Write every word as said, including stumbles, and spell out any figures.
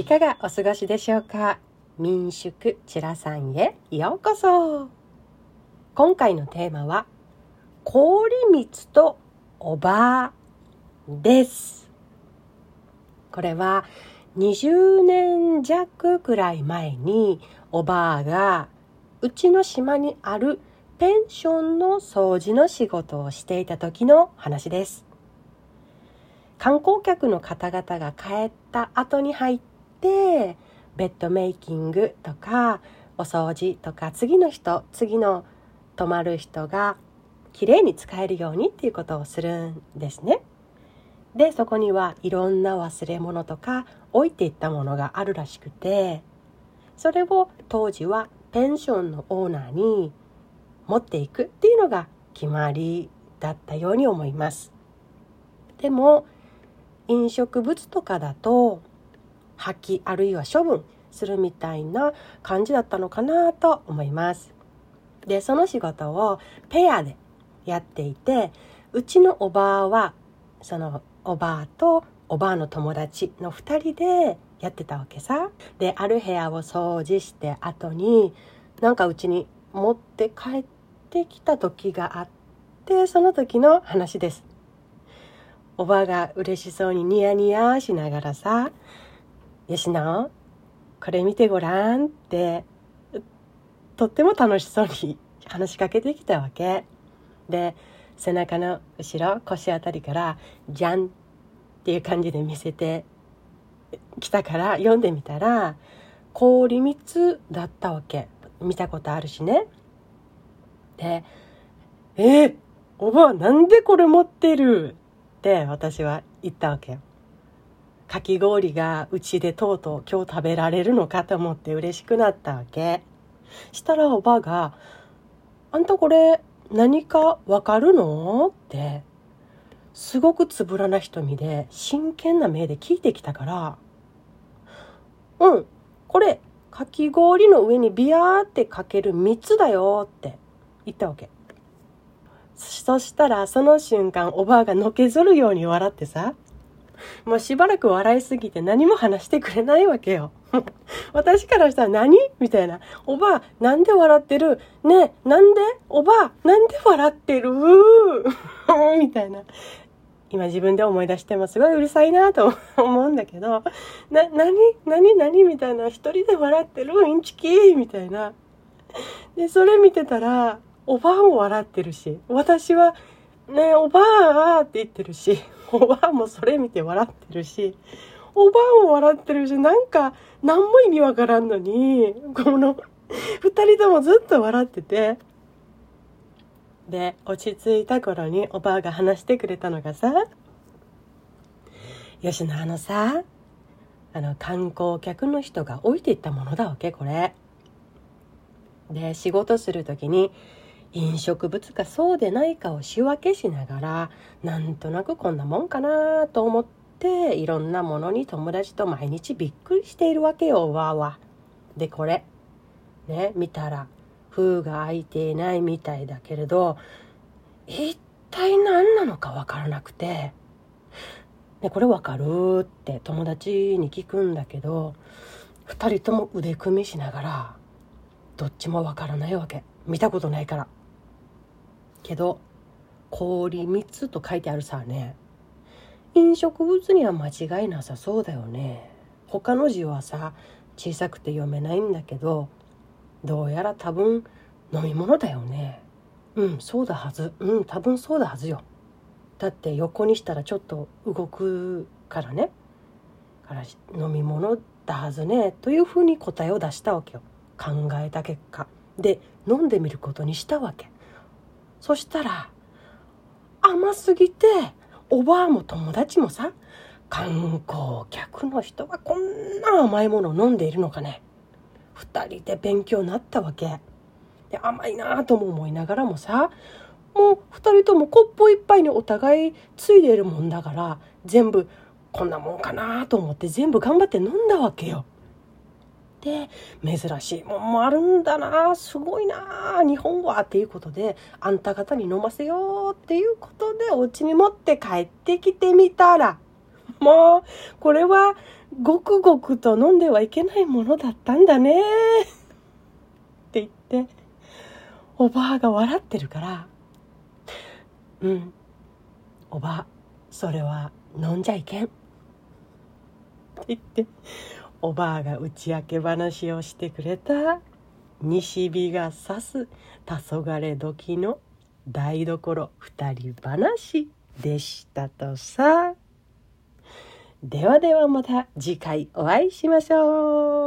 いかがお過ごしでしょうか。民宿ちらさんへようこそ。今回のテーマは氷蜜とおばあです。これはにじゅうねん弱くらい前におばあがうちの島にあるペンションの掃除の仕事をしていた時の話です。観光客の方々が帰った後に入ってベッドメイキングとかお掃除とか次の人次の泊まる人がきれいに使えるようにっていうことをするんですね。でそこにはいろんな忘れ物とか置いていったものがあるらしくて、それを当時はペンションのオーナーに持っていくっていうのが決まりだったように思います。でも飲食物とかだと破棄あるいは処分するみたいな感じだったのかなと思います。でその仕事をペアでやっていて、うちのおばあはそのおばあとおばあの友達のふたりでやってたわけさ。である部屋を掃除して後になんかうちに持って帰ってきた時があって、その時の話です。おばあが嬉しそうにニヤニヤしながらさ、よしな、これ見てごらんってとっても楽しそうに話しかけてきたわけで、背中の後ろ腰あたりからじゃんっていう感じで見せてきたから読んでみたら氷蜜だったわけ。見たことあるしね。でえー、おばあなんでこれ持ってるって私は言ったわけよ。かき氷がうちでとうとう今日食べられるのかと思って嬉しくなったわけ。したらおばあが、あんたこれ何かわかるのってすごくつぶらな瞳で真剣な目で聞いてきたから、うん、これかき氷の上にビヤーってかける蜜だよって言ったわけ。そしたらその瞬間おばあがのけぞるように笑ってさ、もうしばらく笑いすぎて何も話してくれないわけよ。私からしたら何みたいな。おばあなんで笑ってるねえ、なんでおばあなんで笑ってるみたいな。今自分で思い出してもすごいうるさいなと思うんだけど、な、何何何みたいな、一人で笑ってるインチキみたいな。でそれ見てたらおばあも笑ってるし、私はねえおばあって言ってるし、おばあもそれ見て笑ってるし、おばあも笑ってるし、なんか何も意味わからんのにこの二人ともずっと笑ってて、で落ち着いた頃におばあが話してくれたのがさ、よしな、あのさ、あの観光客の人が置いていったものだわけこれで、仕事する時に飲食物かそうでないかを仕分けしながら、なんとなくこんなもんかなと思っていろんなものに友達と毎日びっくりしているわけよ、おばあは。でこれね見たら封が開いていないみたいだけれど、一体何なのかわからなくて、でこれわかるって友達に聞くんだけど、二人とも腕組みしながらどっちもわからないわけ。見たことないからけど、氷蜜と書いてあるさね。飲食物には間違いなさそうだよね。他の字はさ小さくて読めないんだけど、どうやら多分飲み物だよね。うんそうだはず、うん多分そうだはずよ。だって横にしたらちょっと動くからね、から飲み物だはずねというふうに答えを出したわけよ。考えた結果で飲んでみることにしたわけ。そしたら甘すぎておばあも友達もさ、観光客の人がこんな甘いものを飲んでいるのかね。二人で勉強になったわけで、甘いなとも思いながらもさ、もう二人ともコップ一杯にお互いついでいるもんだから、全部こんなもんかなと思って全部頑張って飲んだわけよ。で珍しいもんもあるんだな、すごいな日本はっていうことで、あんた方に飲ませようっていうことでお家に持って帰ってきてみたら、もうこれはごくごくと飲んではいけないものだったんだねって言って、おばあが笑ってるから、うんおばあそれは飲んじゃいけんって言って、おばあが打ち明け話をしてくれた西日が差す黄昏時の台所二人話でしたとさ。ではではまた次回お会いしましょう。